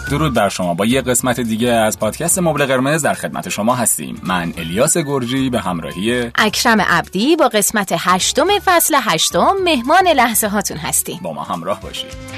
درود بر شما. با یه قسمت دیگه از پادکست مبل قرمز در خدمت شما هستیم. من الیاس گرجی به همراهی اکرم عبدی با قسمت 8 فصل 8 مهمان لحظه هاتون هستیم. با ما همراه باشید.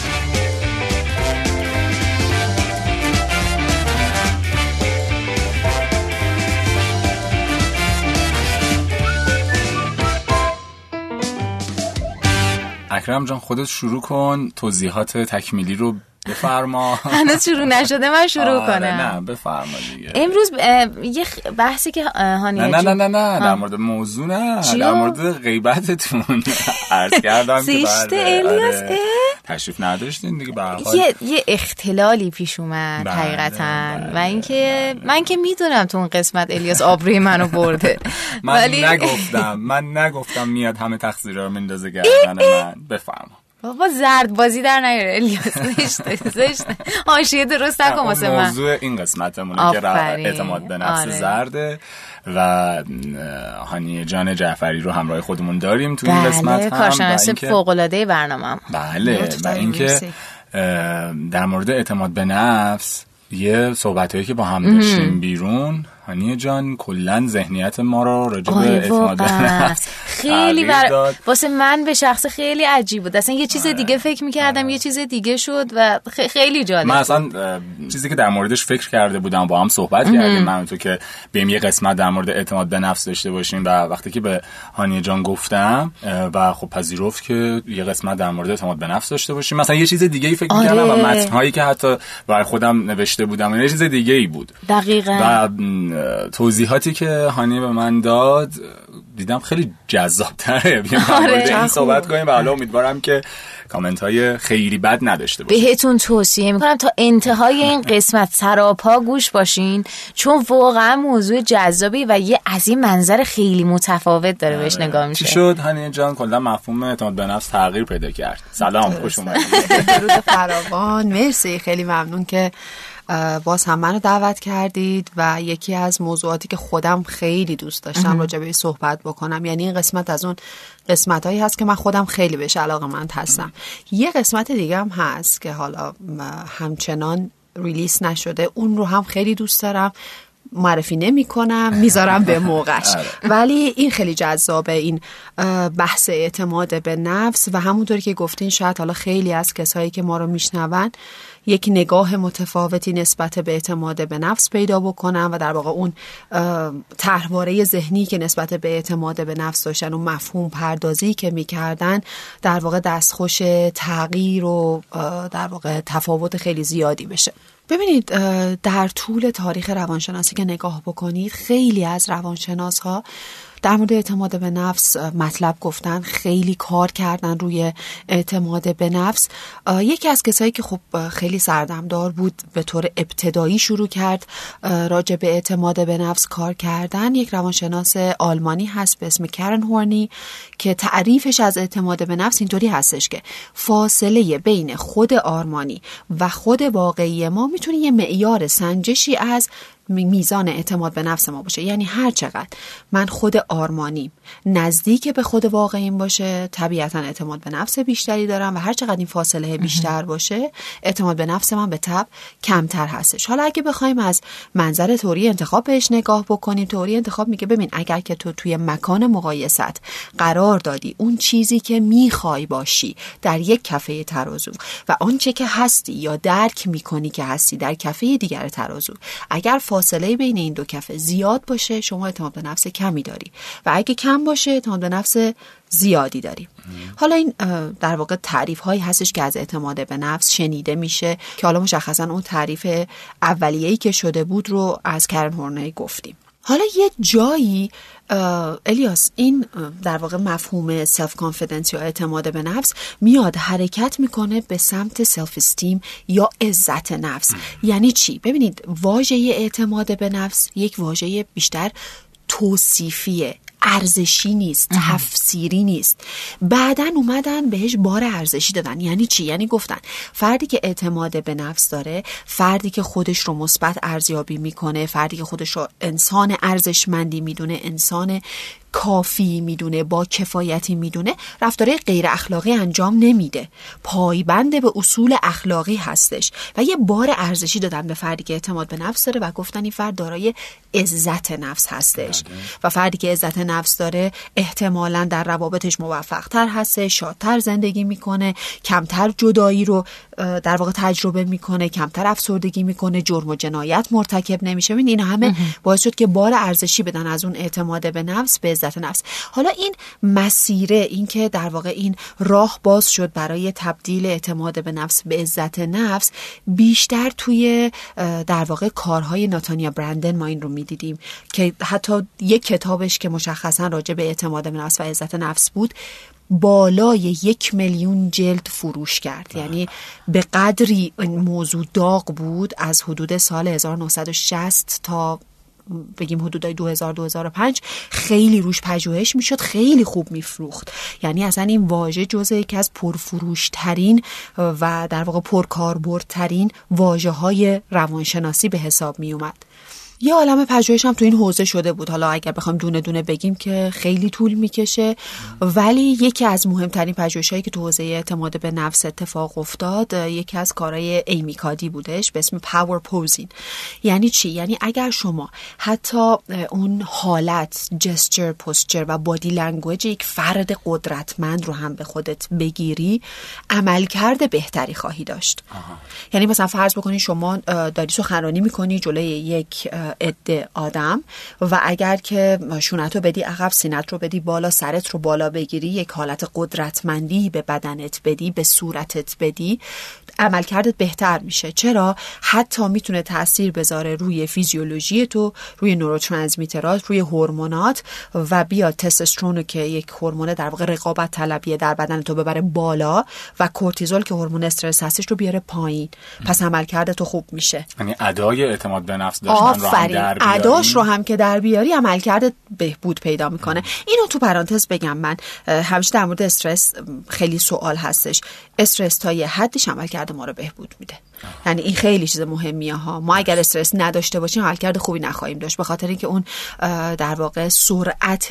اکرم جان خودت شروع کن، توضیحات تکمیلی رو بفرما. هنوز شروع نشده، من شروع کنم. نه بفرما دیگه. امروز یه بحثی که هانیه نه در مورد موضوع نه، در مورد غیبتتون عرض کردم که بعد الیاس تشریف نداشتین دیگه. به هر حال یه اختلالی پیش اومد حقیقتا و اینکه من که میدونم تو اون قسمت الیاس آبروی منو برده. من نگفتم میاد همه تقصیرها رو میندازه گردن من. بفرما. بابا زرد بازی در نیاره الیاس. زشته حاشیه درست نکن واسه من. موضوع این قسمتمونه که اعتماد به نفس زرده و هانیه جان جعفری رو همراه خودمون داریم تو این قسمت هم. کارشناس فوق‌العاده برنامه‌ام. بله و اینکه در مورد اعتماد به نفس یه صحبتایی که با هم داشتیم بیرون، هانیه جان کلن ذهنیت ما رو راجع به اعتماد به نفس خیلی واسه من به شخص خیلی عجیب بود. اصلا یه چیز دیگه فکر می‌کردم یه چیز دیگه شد و خیلی جالب. من اصلا چیزی که در موردش فکر کرده بودم با هم صحبت کردیم، من تو که بریم یه قسمت در مورد اعتماد به نفس داشته باشیم و وقتی که به هانیه جان گفتم و خب پذیرفت که یه قسمت در مورد اعتماد به نفس داشته باشیم، مثلا یه چیز دیگه‌ای فکر می‌کردم و متن‌هایی که حتی برای خودم نوشته بودم یه چیز دیگه‌ای بود. دقیقاً. و توضیحاتی که هانیه به من داد دیدم خیلی جذاب‌تره. بیایم صحبت کنیم و حالا امیدوارم که کامنت های خیلی بد نداشته باشید. بهتون توصیه میکنم تا انتهای این قسمت سراپا گوش باشین، چون واقعا موضوع جذابی و یه از این منظر خیلی متفاوت داره بهش نگاه میشه. چی شد هانیه جان؟ کلا مفهوم اعتماد به نفس تغییر پیدا کرد. سلام، خوش اومدید. درود فراوان. مرسی، خیلی ممنون که باز هم منو دعوت کردید و یکی از موضوعاتی که خودم خیلی دوست داشتم راجع بهش صحبت بکنم، یعنی این قسمت از اون قسمتایی هست که من خودم خیلی بهش علاقه‌مند هستم. یه قسمت دیگه هم هست که حالا همچنان ریلیز نشده، اون رو هم خیلی دوست دارم، معرفی نمی کنم، میذارم به موقعش. ولی این خیلی جذابه، این بحث اعتماد به نفس و همونطوری که گفتین شاید حالا خیلی از کسایی که ما رو میشنون یک نگاه متفاوتی نسبت به اعتماد به نفس پیدا بکنن و در واقع اون طرحواره ذهنی که نسبت به اعتماد به نفس داشتن و مفهوم پردازی که میکردن در واقع دستخوش تغییر و در واقع تفاوت خیلی زیادی بشه. ببینید در طول تاریخ روانشناسی که نگاه بکنید خیلی از روانشناس‌ها در مورد اعتماد به نفس مطلب گفتن، خیلی کار کردن روی اعتماد به نفس. یکی از کسایی که خب خیلی سردمدار بود به طور ابتدایی شروع کرد راجع به اعتماد به نفس کار کردن، یک روانشناس آلمانی هست به اسم کرن هورنی که تعریفش از اعتماد به نفس اینطوری هستش که فاصله بین خود آرمانی و خود واقعی ما میتونه یه معیار سنجشی از میزان اعتماد به نفس ما باشه. یعنی هر چقدر من خود آرمانیم نزدیک به خود واقعیم باشه طبیعتا اعتماد به نفس بیشتری دارم و هر چقدر این فاصله بیشتر باشه اعتماد به نفس من به تبع کمتر هستش. حالا اگه بخوایم از منظر تئوری انتخاب بهش نگاه بکنیم، تئوری انتخاب میگه ببین اگر که تو توی مکان مقایست قرار دادی اون چیزی که میخوای باشی در یک کفه ترازو و آنچه که هستی یا درک میکنی که هستی در کفه دیگر ترازو، اگر فاصله بین این دو کفه زیاد باشه شما اعتماد به نفس کمی داری و اگه کم باشه اعتماد به نفس زیادی داری. حالا این در واقع تعریف هایی هستش که از اعتماد به نفس شنیده میشه که حالا مشخصا اون تعریف اولیه‌ای که شده بود رو از کرن هورنی گفتیم. حالا یه جایی الیاس این در واقع مفهوم سلف کانفیدنس یا اعتماد به نفس میاد حرکت میکنه به سمت سلف استیم یا عزت نفس. یعنی چی؟ ببینید واژه اعتماد به نفس یک واژه بیشتر توصیفیه، ارزشی نیست، تفسیری نیست. بعدن اومدن بهش بار ارزشی دادن. یعنی چی؟ یعنی گفتن فردی که اعتماد به نفس داره، فردی که خودش رو مثبت ارزیابی میکنه، فردی که خودش رو انسان ارزشمندی میدونه، انسان کافی میدونه، با کفایتی میدونه، رفتارهای غیر اخلاقی انجام نمیده. پایبند به اصول اخلاقی هستش و یه بار ارزشی دادن به فردی که اعتماد به نفس داره و گفتن این فرد دارای عزت نفس هستش و فردی که عزت نفس داره احتمالاً در روابطش موفق‌تر هست، شادتر زندگی میکنه، کمتر جدایی رو در واقع تجربه میکنه، کمتر افسردگی میکنه، جرم و جنایت مرتکب نمیشه. ببین اینا همه باعث شد که بار ارزشی بدن از اون اعتماد به نفس به عزت نفس. حالا این مسیره، این که در واقع این راه باز شد برای تبدیل اعتماد به نفس به عزت نفس، بیشتر توی در واقع کارهای ناتانیا برندن ما این رو میدیدیم که حتی یک کتابش که مشخصا راجع به اعتماد به نفس و عزت نفس بود بالای 1,000,000 جلد فروش کرد. یعنی به قدری موضوع داغ بود از حدود سال 1960 تا بگیم حدودای 2000-2005 خیلی روش پژوهش میشد، خیلی خوب میفروخت. یعنی اصلا این واژه جزء یکی از پرفروش ترین و در واقع پرکاربردترین واژه‌های روانشناسی به حساب می اومد. یه عالمه پژوهش هم تو این حوزه شده بود. حالا اگر بخوایم دونه دونه بگیم که خیلی طول میکشه، ولی یکی از مهمترین پژوهش‌هایی که تو حوزه اعتماد به نفس اتفاق افتاد یکی از کارهای ایمی کادی بودش به اسم پاور پوزینگ. یعنی چی؟ یعنی اگر شما حتی اون حالت، جسچر، پوسچر و بادی لنگویج یک فرد قدرتمند رو هم به خودت بگیری، عملکرد بهتری خواهی داشت. یعنی مثلا فرض بکنی شما داری سخنرانی میکنی جلوی یک عده آدم و اگر که شونت رو بدی عقب، سینت رو بدی بالا، سرت رو بالا بگیری، یک حالت قدرتمندی به بدنت بدی، به صورتت بدی، عملکردت بهتر میشه. چرا؟ حتی میتونه تأثیر بذاره روی فیزیولوژی تو، روی نوروترانسمیترات، روی هورمونات و بیاد تستوسترون که یک هورمون در واقع رقابت طلبیه در بدن تو ببره بالا و کورتیزول که هورمون استرس هستش رو بیاره پایین. پس عملکردت تو خوب میشه. یعنی ادای اعتماد به نفس داشتن رو هم در بیاری. اداش رو هم که در بیاری عملکردت بهبود پیدا میکنه. اینو تو پرانتز بگم، من همیشه در مورد استرس خیلی سوال هستش. استرس تا یه حدش عملکرد ما رو بهبود میده. یعنی این خیلی چیز مهمیه ها. ما اگر استرس نداشته باشیم عملکرد خوبی نخواهیم داشت، به خاطر اینکه اون در واقع سرعت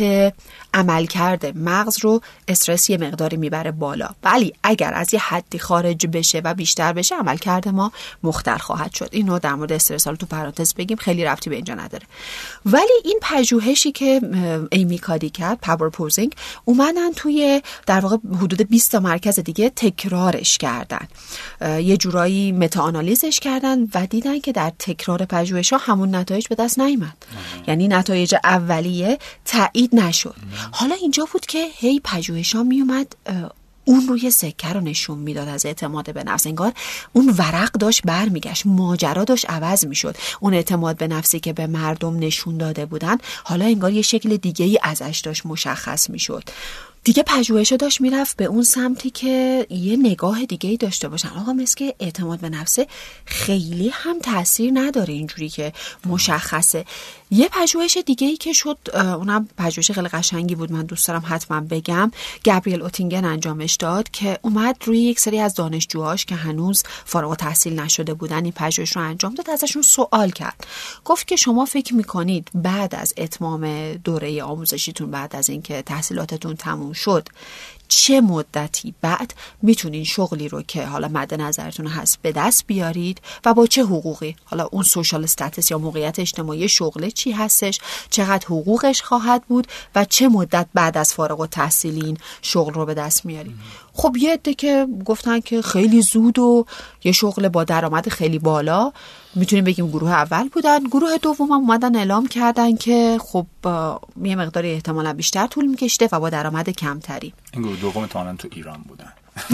عملکرد مغز رو استرس یه مقداری میبره بالا. ولی اگر از یه حدی خارج بشه و بیشتر بشه عملکرد ما مختل خواهد شد. اینو در مورد استرس حالا تو پرانتز بگیم، خیلی ربطی به اینجا نداره. ولی این پژوهشی که ایمی کادی کرد، پاور پوزینگ، اومدن توی در واقع حدود 20 تا مرکز دیگه تکرارش کردن، یه جورایی آنالیزش کردن و دیدن که در تکرار پژوهش‌ها همون نتایج به دست نیامد. یعنی نتایج اولیه تایید نشد. حالا اینجا بود که هی پژوهش‌ها میومد اون روی سکه رو نشون میداد از اعتماد به نفس. انگار اون ورق داشت برمیگشت، ماجرا داشت عوض میشد. اون اعتماد به نفسی که به مردم نشون داده بودن حالا انگار یه شکل دیگه‌ای ازش داشت مشخص میشد. دیگه پژوهش‌ها داشت میرفت به اون سمتی که یه نگاه دیگه‌ای داشته باشن. آقا مثل که اعتماد به نفس خیلی هم تأثیر نداره اینجوری که مشخصه. یه پژوهش دیگه‌ای که شد، اونم پژوهش خیلی قشنگی بود، من دوست دارم حتما بگم، گابریل اوتینگن انجامش داد که اومد روی یک سری از دانشجوهاش که هنوز فارغ التحصیل نشده بودن این پژوهش رو انجام داد. ازشون سوال کرد، گفت که شما فکر می‌کنید بعد از اتمام دوره آموزشیتون، بعد از اینکه تحصیلاتتون تموم شد، چه مدتی بعد میتونین شغلی رو که حالا مد نظرتون هست به دست بیارید و با چه حقوقی؟ حالا اون سوشال استاتس یا موقعیت اجتماعی شغل چی هستش، چقدر حقوقش خواهد بود و چه مدت بعد از فارغ التحصیلی این شغل رو به دست میارید. خب یه عده که گفتن که خیلی زود و یه شغل با درآمد خیلی بالا، میتونیم بگیم گروه اول بودن. گروه دوم هم اومدن اعلام کردن که خب یه مقداری احتمالا بیشتر طول میکشیده و با درآمد کمتری. این گروه دوم تا الان تو ایران بودن.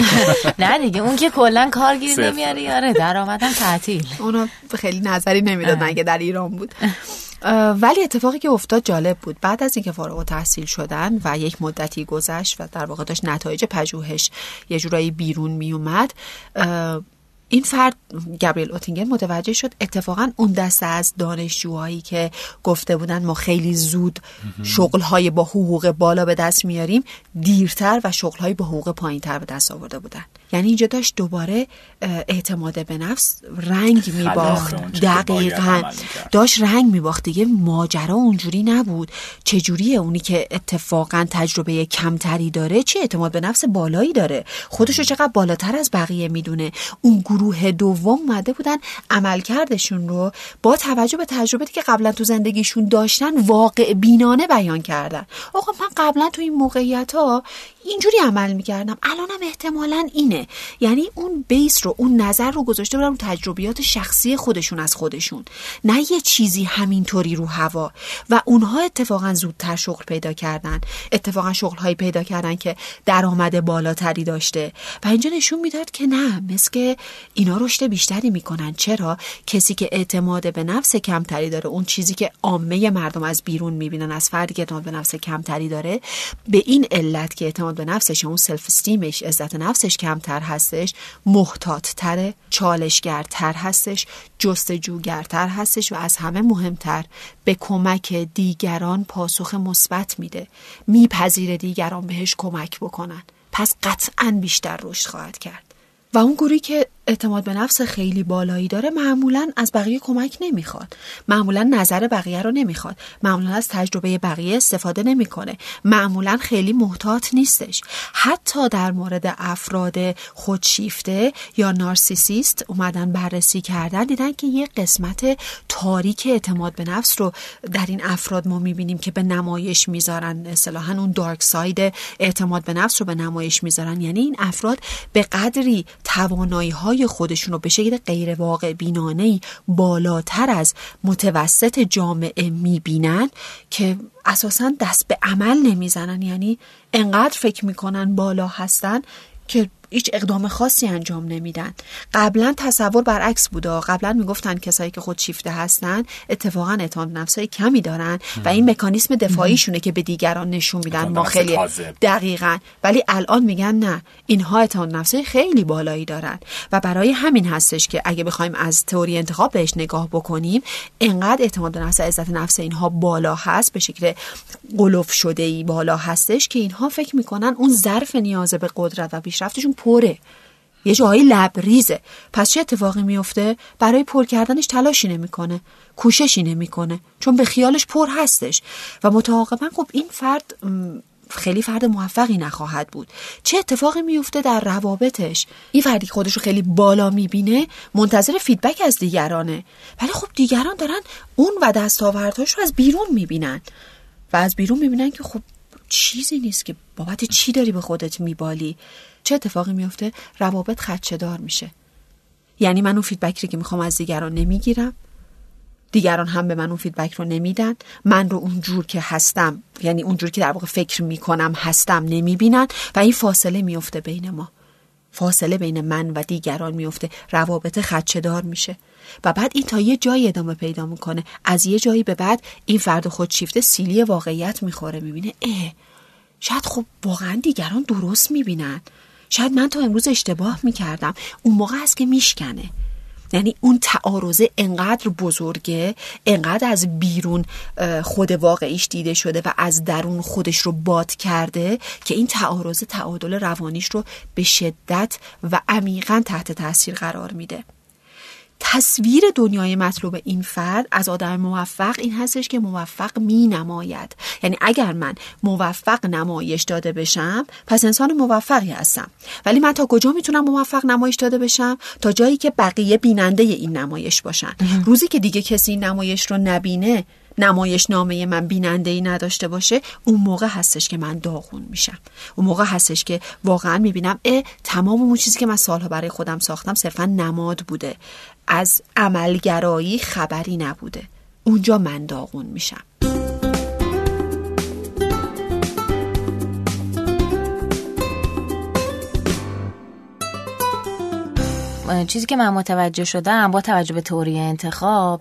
نه دیگه اون که کلا کارگیر نمیاره، یاره درآمدم تعطیل. اونو خیلی نظری نمیدادن اگه در ایران بود. ولی اتفاقی که افتاد جالب بود. بعد از اینکه فارغ التحصیل شدن و یک مدتی گذشت و در واقع داشت نتایج پژوهش یه جورایی بیرون می اومد، این فرد گابریل اوتینگر متوجه شد اتفاقا اون دسته از دانشجوهایی که گفته بودن ما خیلی زود شغل‌های با حقوق بالا به دست میاریم دیرتر و شغل‌های با حقوق پایین‌تر به دست آورده بودن. یعنی اینجا داشت دوباره اعتماد به نفس رنگ میباخت. دقیقاً داشت رنگ میباخت. دیگه ماجرا اونجوری نبود. چجوریه اونی که اتفاقاً تجربه کمتری داره چه اعتماد به نفس بالایی داره، خودشو چقدر بالاتر از بقیه میدونه. اون گروه دوم اومده بودن عملکردشون رو با توجه به تجربه‌ای که قبلا تو زندگیشون داشتن واقع بینانه بیان کردن. آقا من قبلا تو این موقعیت‌ها اینجوری عمل میکردم، الانم احتمالاً اینه. یعنی اون بیس رو، اون نظر رو گذاشته بودن رو تجربیات شخصی خودشون از خودشون، نه یه چیزی همینطوری رو هوا. و اونها اتفاقاً زودتر شغل پیدا کردن، اتفاقاً شغل‌هایی پیدا کردن که درآمد بالاتری داشته. و اینجا نشون میداد که نه، مثل که اینا رشد بیشتری میکنن. چرا؟ کسی که اعتماد به نفس کمتری داره، اون چیزی که عامه مردم از بیرون میبینن از فردی که اعتماد به نفس کمتری داره، به این علت که اعتماد به نفسش، اون سلف استیمش، عزت نفسش کمتر هستش، محتاط‌تره، چالشگرتر هستش، جستجوگرتر هستش و از همه مهمتر به کمک دیگران پاسخ مثبت میده، میپذیره دیگران بهش کمک بکنن. پس قطعاً بیشتر رشد خواهد کرد. و اون گروهی که اعتماد به نفس خیلی بالایی داره معمولاً از بقیه کمک نمیخواد، معمولاً نظر بقیه رو نمیخواد، معمولاً از تجربه بقیه استفاده نمیکنه، معمولاً خیلی محتاط نیستش. حتی در مورد افراد خودشیفته یا نارسیسیست اومدن بررسی کردن، دیدن که یه قسمت تاریک اعتماد به نفس رو در این افراد ما میبینیم که به نمایش میذارن، اصطلاحاً اون دارک ساید اعتماد به نفس رو به نمایش میذارن. یعنی این افراد به قدری توانایی‌های خودشون رو به شکل غیر واقع بینانه‌ای بالاتر از متوسط جامعه میبینن که اساساً دست به عمل نمیزنن. یعنی انقدر فکر میکنن بالا هستن که هیچ اقدام خاصی انجام نمیدن. قبلا تصور برعکس بوده. قبلا میگفتن کسایی که خودشیفته هستن اتفاقا اعتماد به نفسای کمی دارن و این مکانیسم دفاعیشونه که به دیگران نشون میدن ما خیلی دقیقاً. ولی الان میگن نه، اینها اعتماد به نفسای خیلی بالایی دارن و برای همین هستش که اگه بخوایم از تئوری انتخاب بهش نگاه بکنیم، انقدر اعتماد به نفس، عزت نفس اینها بالا هست، به شکل قلف شده‌ای بالا هستش که اینها فکر میکنن اون ظرف نیاز به قدرت و پیشرفتشون پره، یه جایی لبریزه. پس چه اتفاقی میفته؟ برای پر کردنش تلاشی نمیکنه، کوششی نمیکنه، چون به خیالش پر هستش و متعاقبا خب این فرد خیلی فرد موفقی نخواهد بود. چه اتفاقی میفته در روابطش؟ این فردی که خودشو خیلی بالا میبینه منتظر فیدبک از دیگرانه، ولی خب دیگران دارن اون و دستاوردهاش رو از بیرون میبینن و از بیرون میبینن که خب چیزی نیست که بابت چی داری به خودت میبالی. چه اتفاقی میفته؟ روابط خدشه‌دار میشه. یعنی من اون فیدبکی که میخوام از دیگران نمیگیرم، دیگران هم به من اون فیدبک رو نمیدن، من رو اونجور که هستم، یعنی اونجور که در واقع فکر میکنم هستم نمیبینن و این فاصله میفته بین ما، فاصله بین من و دیگران میفته، روابط خدشه‌دار میشه و بعد این تا یه جایی ادامه پیدا میکنه. از یه جایی به بعد این فرد خودشیفته سیلی واقعیت میخوره، میبینه شاید خب واقعا دیگران درست میبینن، شاید من تا امروز اشتباه میکردم. اون موقع هست که میشکنه. یعنی اون تعارضه انقدر بزرگه، انقدر از بیرون خود واقعیش دیده شده و از درون خودش رو باد کرده که این تعارضه تعادل روانیش رو به شدت و عمیقاً تحت تاثیر قرار میده. تصویر دنیای مطلوب این فرد از آدم موفق این هستش که موفق می نماید. یعنی اگر من موفق نمایش داده بشم پس انسان موفقی هستم. ولی من تا کجا میتونم موفق نمایش داده بشم؟ تا جایی که بقیه بیننده این نمایش باشن. روزی که دیگه کسی این نمایش رو نبینه، نمایش نامه من بیننده‌ای نداشته باشه، اون موقع هستش که من داغون میشم. اون موقع هستش که واقعا میبینم تمام اون چیزی که من سالها برای خودم ساختم صرفا نماد بوده، از عملگرایی خبری نبوده. اونجا من داغون میشم. چیزی که من متوجه شدم با توجه به تئوری انتخاب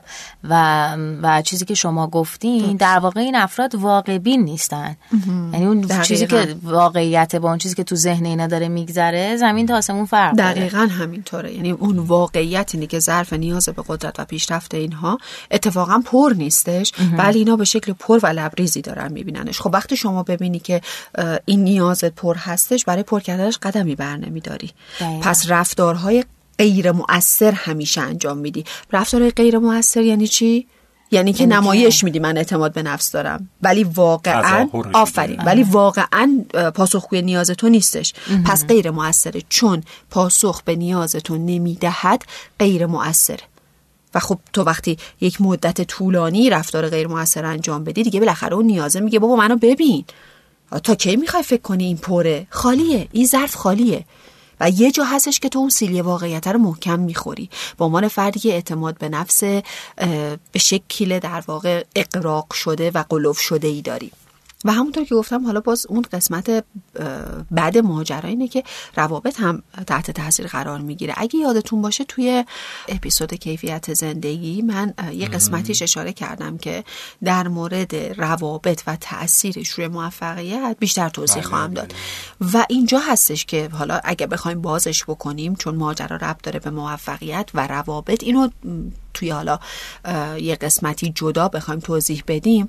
و چیزی که شما گفتین، در واقع این افراد واقع بین نیستن. یعنی اون چیزی که واقعیت با اون چیزی که تو ذهن اینا داره میگذره زمین تا آسمون فرق داره. دقیقاً همینطوره. یعنی اون واقعیت اینه که ظرف نیاز به قدرت و پیشرفت اینها اتفاقا پر نیستش، ولی اینا به شکل پر و لبریزی دارن میبیننش. خب وقتی شما ببینی که این نیازت پر هستش، برای پر کردنش قدمی برنمیداری. پس رفتارهای غیر مؤثر همیشه انجام میدی. رفتارهای غیر مؤثر یعنی چی؟ یعنی که نمایش میدی من اعتماد به نفس دارم، ولی واقعا ولی واقعا پاسخگوی نیاز تو نیستش. پس غیر مؤثره، چون پاسخ به نیاز تو نمیدهد غیر مؤثره. و خب تو وقتی یک مدت طولانی رفتار غیر مؤثر انجام بدی، دیگه بالاخره اون نیازه میگه بابا منو ببین، تا کی میخوای فکر کنی این پره؟ خالیه، این ظرف خالیه. و یه جا هستش که تو اون سیلی واقعیت رو محکم میخوری. به عنوان فردی که اعتماد به نفس به شکل در واقع اغراق شده و قلوف شده ای داری. و همونطور که گفتم، حالا باز اون قسمت بعد ماجرا اینه که روابط هم تحت تاثیر قرار میگیره. اگه یادتون باشه توی اپیزود کیفیت زندگی من یه قسمتیش اشاره کردم که در مورد روابط و تأثیرش روی موفقیت بیشتر توضیح خواهم داد. و اینجا هستش که حالا اگه بخوایم بازش بکنیم، چون ماجرا ربط داره به موفقیت و روابط، اینو توی حالا یه قسمتی جدا بخوایم توضیح بدیم،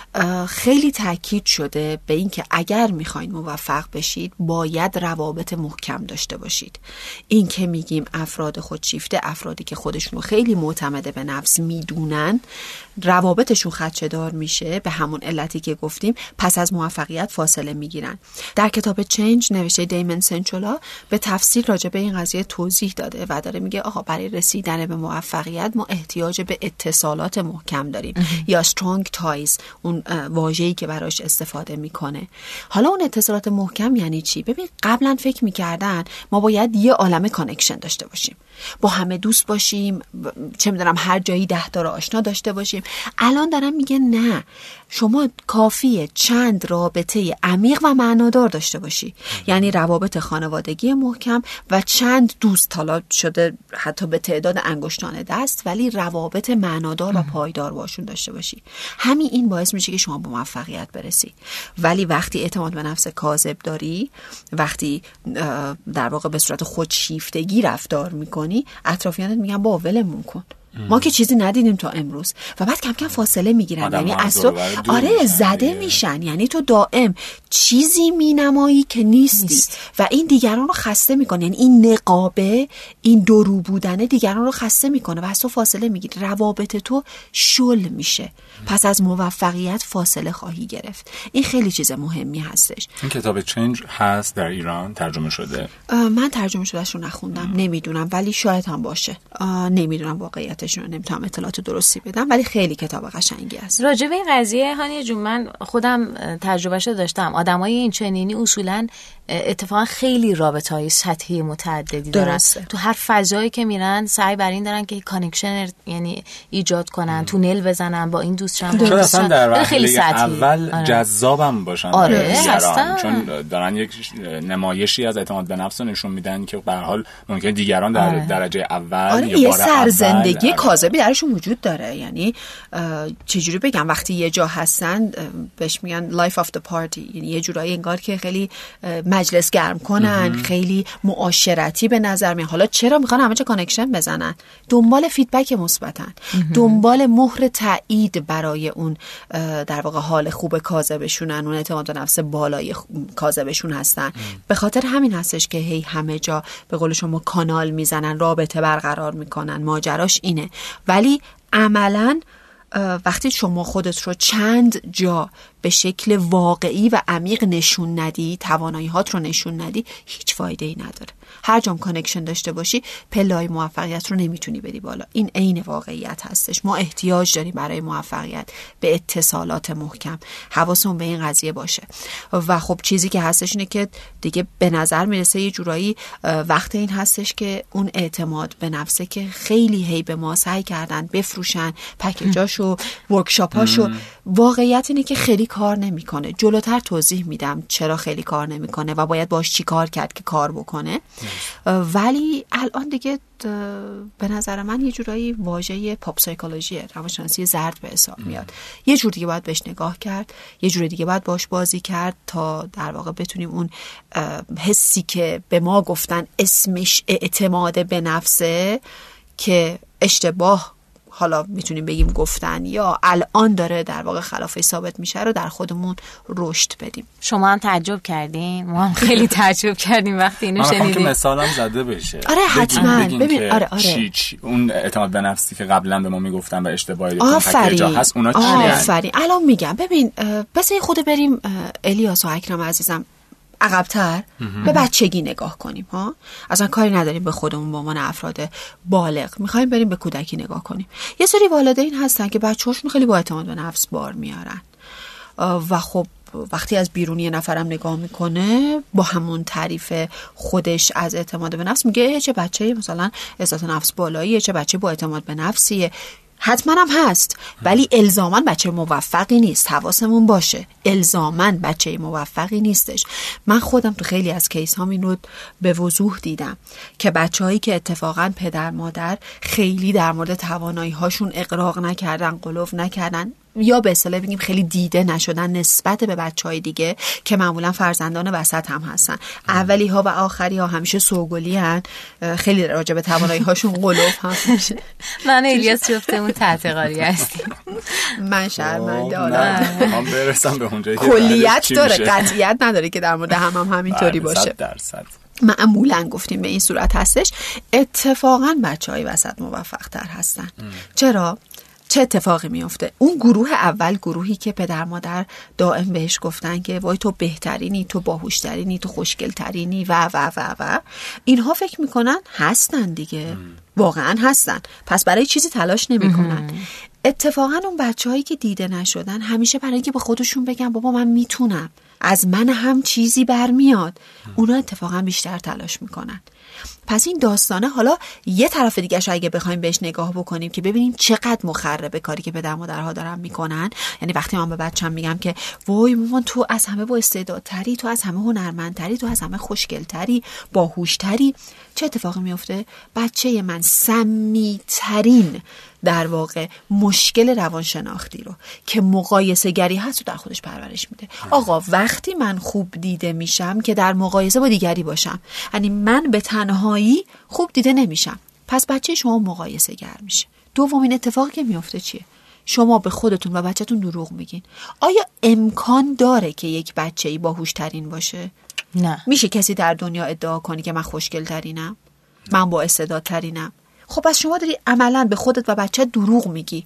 خیلی تاکید شده به این که اگر میخواین موفق بشید باید روابط محکم داشته باشید. این که میگیم افراد خودشیفته، افرادی که خودشونو خیلی معتمد به نفس میدونن، روابطشون خدشه‌دار میشه، به همون علتی که گفتیم پس از موفقیت فاصله میگیرن. در کتاب چنج نوشته دیمن سنچولا به تفصیل راجع به این قضیه توضیح داده و داره میگه آقا برای رسیدن به موفقیت ما احتیاج به اتصالات محکم داریم یا strong ties، اون واژه‌ای که براش استفاده میکنه. حالا اون اتصالات محکم یعنی چی؟ ببین قبلا فکر میکردن ما باید یه عالمه کانکشن داشته باشیم، با همه دوست باشیم، چه میدونم هر جایی 10 تا آشنا داشته باشیم. الان دارم میگه نه، شما کافیه چند رابطه عمیق و معنادار داشته باشی. یعنی روابط خانوادگی محکم و چند دوست، حالا شده حتی به تعداد انگشتان دست، ولی روابط معنادار و پایدار باشون داشته باشی. همین این باعث میشه که شما به موفقیت برسی. ولی وقتی اعتماد به نفس کاذب داری، وقتی در واقع به صورت خودشیفتگی رفتار میکنی، اطرافیانت میگن با ولمون کن، ما که چیزی ندیدیم تا امروز، و بعد کم کم فاصله میگیرن. یعنی اصلا زده میشن. یعنی تو دائم چیزی مینمایی که نیستی و این دیگران رو خسته میکنه. یعنی این نقابه، این درو بودنه دیگران رو خسته میکنه و از تو فاصله میگیره. روابط تو شل میشه. پس از موفقیت فاصله خواهی گرفت. این خیلی چیز مهمی هستش. این کتاب چنج هست در ایران ترجمه شده؟ من ترجمه شدهش رو نخوندم، نمیدونم، ولی شاید هم باشه. نمیدونم واقعیتش رو، نمیتونم اطلاعات درستی بدم، ولی خیلی کتاب قشنگی است. راجع به این قضیه هانیه جون، من خودم تجربهشو داشتم. آدمای این چنینی اصولاً اتفاقا خیلی رابطه‌های سطحی متعددی دارن. تو هر فضایی که میرن سعی بر این دارن که کانکشن یعنی ایجاد کنن، تونل بزنن، با این دوستشون در خیلی سطحی اول جذابم باشن. چون دارن یک نمایشی از اعتماد به نفس نشون میدن که به هر حال ممکنه دیگران در درجه اول یا بار سرزندگی کاذبی درشون وجود داره. یعنی چجوری بگم، وقتی یه جا هستن بهش میگن life of the party، یعنی یه جورایی انگار که خیلی مجلس گرم کنن، خیلی معاشرتی به نظر میاد. حالا چرا میخوان همه جا کانکشن بزنن؟ دنبال فیدبک مثبتن، دنبال مهر تایید برای اون در واقع حال خوب کاذبشونن، اون اعتماد به نفس بالای کاذبشون هستن. به خاطر همین هستش که هی همه جا به قول شما کانال میزنن، رابطه برقرار میکنن. ماجراش اینه. ولی عملاً وقتی شما خودت رو چند جا به شکل واقعی و عمیق نشون ندی، توانایی‌هات رو نشون ندی، هیچ فایده‌ای نداره. هر جام کانکشن داشته باشی، پله‌های موفقیت رو نمیتونی بری بالا. این عین واقعیت هستش. ما احتیاج داریم برای موفقیت به اتصالات محکم. حواسمون به این قضیه باشه. و خب چیزی که هستش اینه که دیگه به نظر میرسه یه جورایی وقت این هستش که اون اعتماد به نفسه که خیلی هی به ما سعی کردن بفروشن، پکیجاشو، ورکشاپاشو، واقعیت اینه که خیلی کار نمیکنه. جلوتر توضیح میدم چرا خیلی کار نمیکنه و باید باش چی کار کرد که کار بکنه. ولی الان دیگه به نظر من یه جورایی واژه پاپ سایکولوژی، روانشناسی زرد به حساب میاد. یه جور دیگه باید بهش نگاه کرد، یه جور دیگه باید باش بازی کرد تا در واقع بتونیم اون حسی که به ما گفتن اسمش اعتماد به نفسه که اشتباه حالا میتونیم بگیم گفتن یا الان داره در واقع خلافه ثابت میشه رو در خودمون رشد بدیم. شما هم تعجب کردین، ما هم خیلی تعجب کردیم وقتی اینو شنیدیم. که مثالم زده بشه. آره حتما. ببین آره اون اعتماد به نفسی که قبلا به ما میگفتن و اشتباهی آفرین هست اونا چیه؟ آفرین. الان میگم ببین بس خود بریم الیاس و اکرم عزیزم عقب‌تر به بچگی نگاه کنیم ها. اصلا کاری نداریم به خودمون به عنوان افراد بالغ، میخوایم بریم به کودکی نگاه کنیم. یه سری والدین هستن که بچه‌هاشون خیلی با اعتماد به نفس بار میارن و خب وقتی از بیرونی نفرم نگاه میکنه با همون تعریف خودش از اعتماد به نفس میگه چه بچه‌ای مثلا عزت نفس بالاییه، چه بچه با اعتماد به نفسیه. حتما هم هست، ولی الزاماً بچه موفقی نیست. حواسمون باشه الزاماً بچه موفقی نیستش. من خودم تو خیلی از کیس هام این رو به وضوح دیدم که بچه‌هایی که اتفاقاً پدر مادر خیلی در مورد توانایی هاشون اقراق نکردن، غلو نکردن یا به اصطلاح بگیم خیلی دیده نشدن نسبت به بچهای دیگه که معمولا فرزندان وسط هم هستن. اولی ها و آخری ها همیشه سوگلی هن، خیلی راجع به توانایی هاشون غلو هم میشه. من الیاس جفتمون تحقیقی هستیم. من شرمنده آدم من برسم به اونجایی که کلیت داره، قطعیت نداره که در مورد هم همینطوری باشه. 100%. معمولا گفتیم به این صورت هستش. اتفاقا بچهای وسط موفق تر هستن. چرا؟ چه اتفاقی میفته؟ اون گروه اول، گروهی که پدر مادر دائم بهش گفتن که وای تو بهترینی، تو باهوشترینی، تو خوشگلترینی و اینها فکر میکنن هستن دیگه، واقعا هستن، پس برای چیزی تلاش نمیکنن. اتفاقا اون بچه‌هایی که دیده نشدن همیشه برای اینکه به خودشون بگن بابا من میتونم، از من هم چیزی برمیاد، اونا اتفاقا بیشتر تلاش میکنن. پس این داستانه حالا یه طرف دیگه اگه بخوایم بهش نگاه بکنیم که ببینیم چقدر مخربه کاری که پدر مادرها دارن میکنن. یعنی وقتی من به بچه‌م میگم که وای مامان تو از همه با استعدادتری، تو از همه هنرمندتری، تو از همه خوشگلتری، باهوشتری، چه اتفاقی میفته؟ بچه من سمی‌ترین در واقع مشکل روانشناختی رو که مقایسه گری هست رو در خودش پرورش میده. آقا وقتی من خوب دیده میشم که در مقایسه با دیگری باشم، یعنی من به تنهایی خوب دیده نمیشم، پس بچه شما مقایسه گر میشه. دومین اتفاقی که میفته چیه؟ شما به خودتون و بچه‌تون دروغ میگین. آیا امکان داره که یک بچه‌ای باهوشترین باشه؟ نه. میشه کسی در دنیا ادعا کنی که من خوشگل‌ترینم، من با استعدادترینم؟ خب پس شما داری عملاً به خودت و بچه دروغ میگی.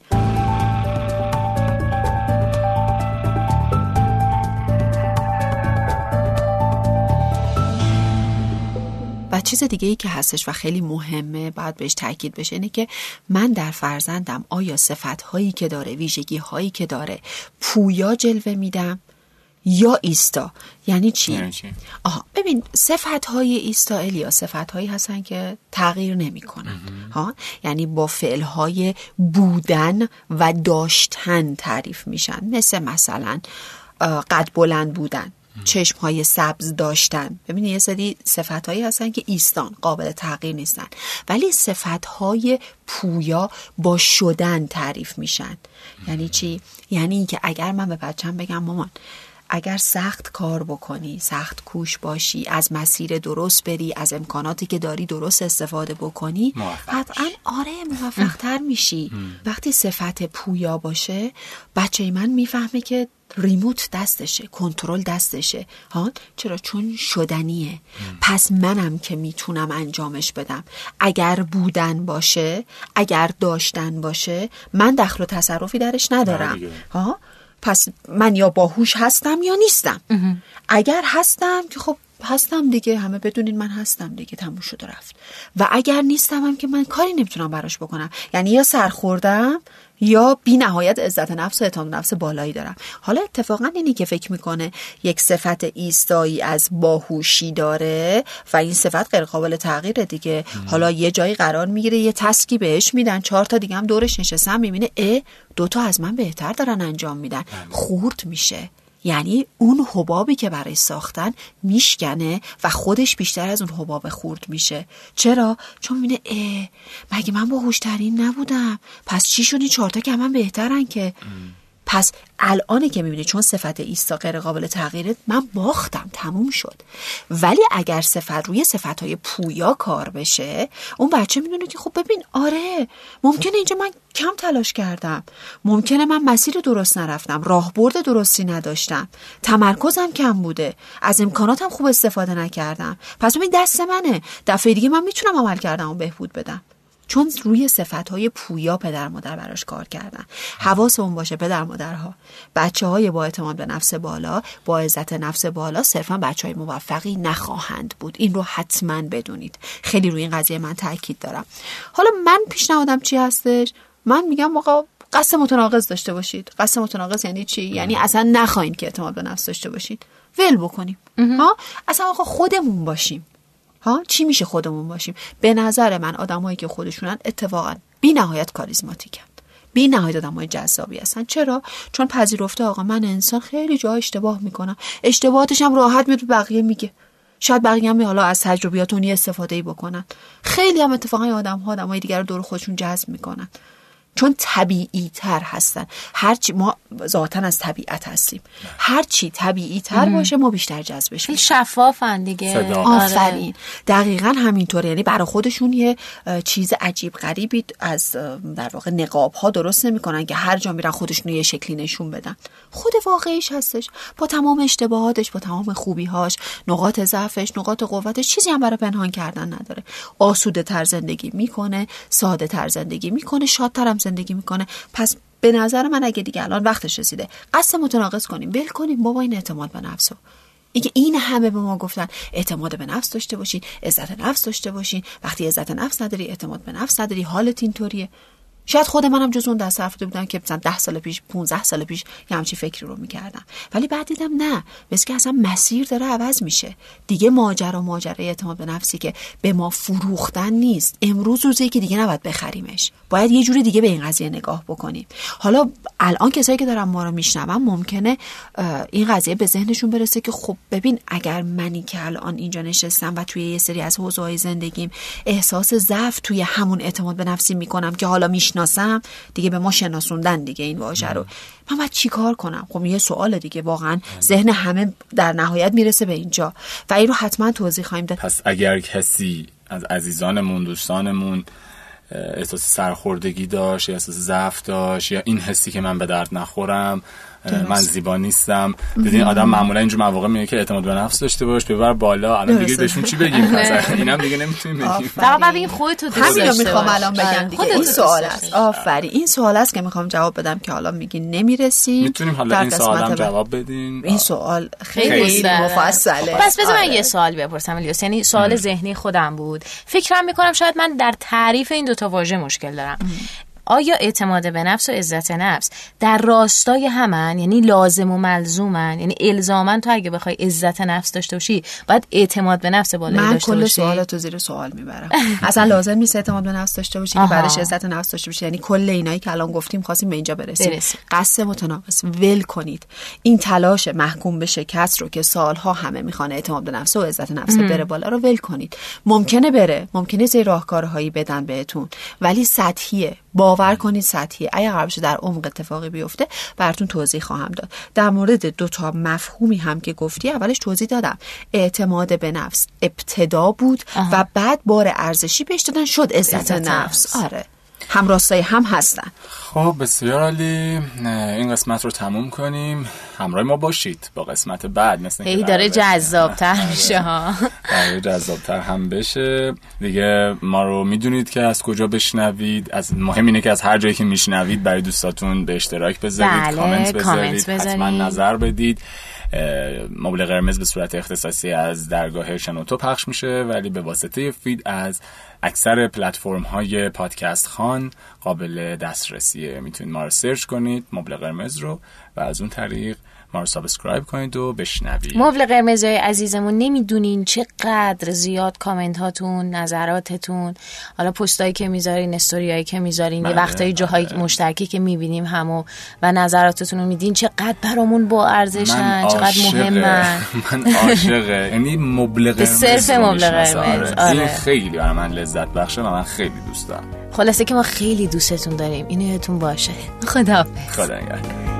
و چیز دیگه ای که هستش و خیلی مهمه باید بهش تاکید بشه اینه که من در فرزندم آیا صفت‌هایی که داره، ویژگی‌هایی که داره پویا جلوه میدم یا ایستا؟ یعنی چی؟ آها ببین صفت‌های ایستا الیا صفت‌هایی هستن که تغییر نمی‌کنن ها، یعنی با فعل‌های بودن و داشتن تعریف میشن. مثلا قد بلند بودن، چشم‌های سبز داشتن. ببینید یه سری صفت‌هایی هستن که ایستان، قابل تغییر نیستن، ولی صفت‌های پویا با شدن تعریف میشن. یعنی چی؟ یعنی اینکه اگر من به بچه‌م بگم مامان اگر سخت کار بکنی، سخت کوش باشی، از مسیر درست بری، از امکاناتی که داری درست استفاده بکنی، قطعاً آره موفق‌تر میشی. وقتی صفت پویا باشه بچه من میفهمه که ریموت دستشه، کنترل دستشه ها. چرا؟ چون شدنیه. پس منم که میتونم انجامش بدم. اگر بودن باشه، اگر داشتن باشه، من دخل و تصرفی درش ندارم ها. پس من یا باهوش هستم یا نیستم. اگر هستم که خب هستم دیگه، همه بدونین من هستم دیگه، تموم شد و رفت. و اگر نیستم هم که من کاری نمیتونم براش بکنم. یعنی یا سرخوردم یا بی نهایت عزت نفس و اعتماد نفس بالایی دارم. حالا اتفاقا اینی که فکر میکنه یک صفت ایستایی از باهوشی داره و این صفت غیر قابل تغییره دیگه. حالا یه جایی قرار میگیره، یه تسکی بهش میدن، 4 تا دیگه هم دورش نشستن، میبینه 2 تا از من بهتر دارن انجام میدن، خورد میشه. یعنی اون حبابی که برای ساختن میشکنه و خودش بیشتر از اون حباب خورد میشه. چرا؟ چون میبینه مگه من باهوشترین نبودم؟ پس چی شد این 4 تا که من بهترن که؟ پس الان که میبینی چون صفت ایستا غیر قابل تغییره، من باختم، تموم شد. ولی اگر صفت روی صفتهای پویا کار بشه، اون بچه میدونه که خب ببین آره ممکنه اینجا من کم تلاش کردم، ممکنه من مسیر درست نرفتم، راهبرد درستی نداشتم، تمرکزم کم بوده، از امکاناتم خوب استفاده نکردم، پس ببین دست منه، دفعه دیگه من میتونم عمل کردم و بهبود بدم. چون روی صفتهای پویا پدر مادر براش کار کردن. حواسمون باشه پدر مادرها، بچه‌های با اعتماد به نفس بالا، با عزت نفس بالا صرفا بچه‌های موفقی نخواهند بود. این رو حتما بدونید. خیلی روی این قضیه من تاکید دارم. حالا من پیشنهادم چی هستش؟ من میگم آقا قصد متناقض داشته باشید. قصد متناقض یعنی چی؟ یعنی اصلا نخواین که اعتماد به نفس داشته باشید. ول بکنیم. اصلا آقا خودمون باشیم. چی میشه خودمون باشیم؟ به نظر من آدمایی که خودشونن اتفاقا بی نهایت کاریزماتیکن، بی نهایت آدمای جذابی هستن. چرا؟ چون پذیرفته آقا من انسان خیلی جا اشتباه میکنم، اشتباهاتش هم راحت میاد به بقیه میگه، شاید بقیه هم حالا از تجربیات اون استفاده بکنن. خیلی هم اتفاقا آدمای دیگر رو دور خودشون جذب میکنن چون طبیعی تر هستن. هرچی ما ذاتاً از طبیعت هستیم، هرچی طبیعی تر باشه ما بیشتر جذبش میشیم. شفافن دیگه. آفرین. دقیقاً همینطوره. یعنی برای خودشون یه چیز عجیب غریبی از در واقع نقاب ها درست نمی‌کنن که هر جا میرن خودشون یه شکلی نشون بدن. خود واقعیش هستش، با تمام اشتباهاتش، با تمام خوبی‌هاش، نقاط ضعفش، نقاط قوتش، چیزی هم برای پنهان کردن نداره. آسوده تر زندگی میکنه، ساده تر زندگی میکنه، شادتر زندگی میکنه. پس به نظر من اگه دیگه الان وقتش رسیده قصد متناقض کنیم، ول کنیم بابا این اعتماد به نفس رو. این همه به ما گفتن اعتماد به نفس داشته باشین، عزت نفس داشته باشین. وقتی عزت نفس نداری، اعتماد به نفس نداری، حالت اینطوریه. شاید خود منم جز اون دسته افرادی بودم که مثلا 10 سال پیش 15 سال پیش یه همچین فکری رو میکردم، ولی بعد دیدم نه، مثل که اصلا مسیر داره عوض میشه دیگه. ماجرای اعتماد به نفسی که به ما فروختن نیست. امروز روزی که دیگه نباید بخریمش، باید یه جوری دیگه به این قضیه نگاه بکنیم. حالا الان کسایی که دارن ما رو میشنون ممکنه این قضیه به ذهنشون برسه که خب ببین اگر منی که الان اینجا نشستم و توی یه سری از حوزه‌های زندگیم احساس ضعف توی همون اعتماد به نفسی میکنم که حالا میشناسم، دیگه به ما شناسوندن دیگه این واژه رو، من باید چی کار کنم؟ خب یه سوال دیگه، واقعا ذهن همه در نهایت میرسه به اینجا و این رو حتما توضیح خواهیم داد. پس اگر کسی از عزیزانمون، دوستانمون احساس سرخوردگی داشت یا احساس ضعف داشت یا این حسی که من به درد نخورم، من زیبا نیستم، دیدین آدم معمولا اینجور مواقع میگه که اعتماد به نفس داشته باش، ببر بالا. الان دیگه بهشون چی بگیم؟ مثلا اینم دیگه نمیتونیم بگیم. فقط ببین خودتو دوست داشته باش. میخوام الان بگم دیگه این سوال است. آفرین، این سوال است که میخوام جواب بدم که حالا میگین نمیرسیم. میتونیم حالا این سوالم جواب بدیم. این سوال خیلی مفصله. پس بذار من یه سوال بپرسم الیاس، یعنی سوال ذهنی خودم بود. فکرم میکنم شاید من در تعریف این دو تا واژه مشکل دارم. آیا اعتماد به نفس و عزت نفس در راستای همن، یعنی لازم و ملزومن؟ یعنی الزامن تو اگه بخوای عزت نفس داشته باشی باید اعتماد به نفس بالایی داشته باشی؟ من کل سوالاتو زیر سوال میبرم. اصلا لازم نیست اعتماد به نفس داشته باشی که بعدش عزت نفس داشته باشی. یعنی کل اینایی که الان گفتیم خواستیم به اینجا برسیم. قصد متناقض ول کنید. این تلاش محکوم به شکست رو که سالها همه میخوان اعتماد به نفس و عزت نفس بره بالا رو ول کنید. ممکنه بره، ممکنه زیر راهکارهایی بدن بهتون، ولی سطحیه. باور کنید سطحی. اگه قرار بشه در عمق اتفاقی بیفته براتون توضیح خواهم داد. در مورد دو تا مفهومی هم که گفتی اولش توضیح دادم. اعتماد به نفس ابتدا بود و بعد بار ارزشی بهش دادن شد عزت نفس. آره همراستای هم هستن. خب بسیار عالی، این قسمت رو تموم کنیم. همراه ما باشید با قسمت بعد. مثل داره جذابتر میشه ها. جذابتر هم بشه دیگه. ما رو میدونید که از کجا بشنوید. از مهم اینه که از هر جایی که میشنوید برای دوستاتون به اشتراک بذارید، کامنت بذارید، حتما نظر بدید. مبل قرمز به صورت اختصاصی از درگاه شنوتو پخش میشه، ولی به واسطه فید از اکثر پلتفرم های پادکست خان قابل دسترسیه. میتونید ما رو سرچ کنید، مبل قرمز رو، و از اون طریق ما رو سابسکرایب کنید و بشنوید. مبل قرمزای عزیزمون، نمیدونین چقدر زیاد کامنت هاتون، نظراتتون، حالا پستایی که میذارین، استوریایی که میذارین، یه وقتایی جاهای مشترکی که میبینیم همو و نظراتتون رو میدین، چقدر برامون با ارزشن، چقدر مهمن. من عاشقه، یعنی مبل قرمز، صرف مبل قرمز. این خیلی برای من لذت بخشه و من خیلی دوست دارم. خلاصه که ما خیلی دوستتون داریم، اینو یادتون باشه. خدا نگهدار.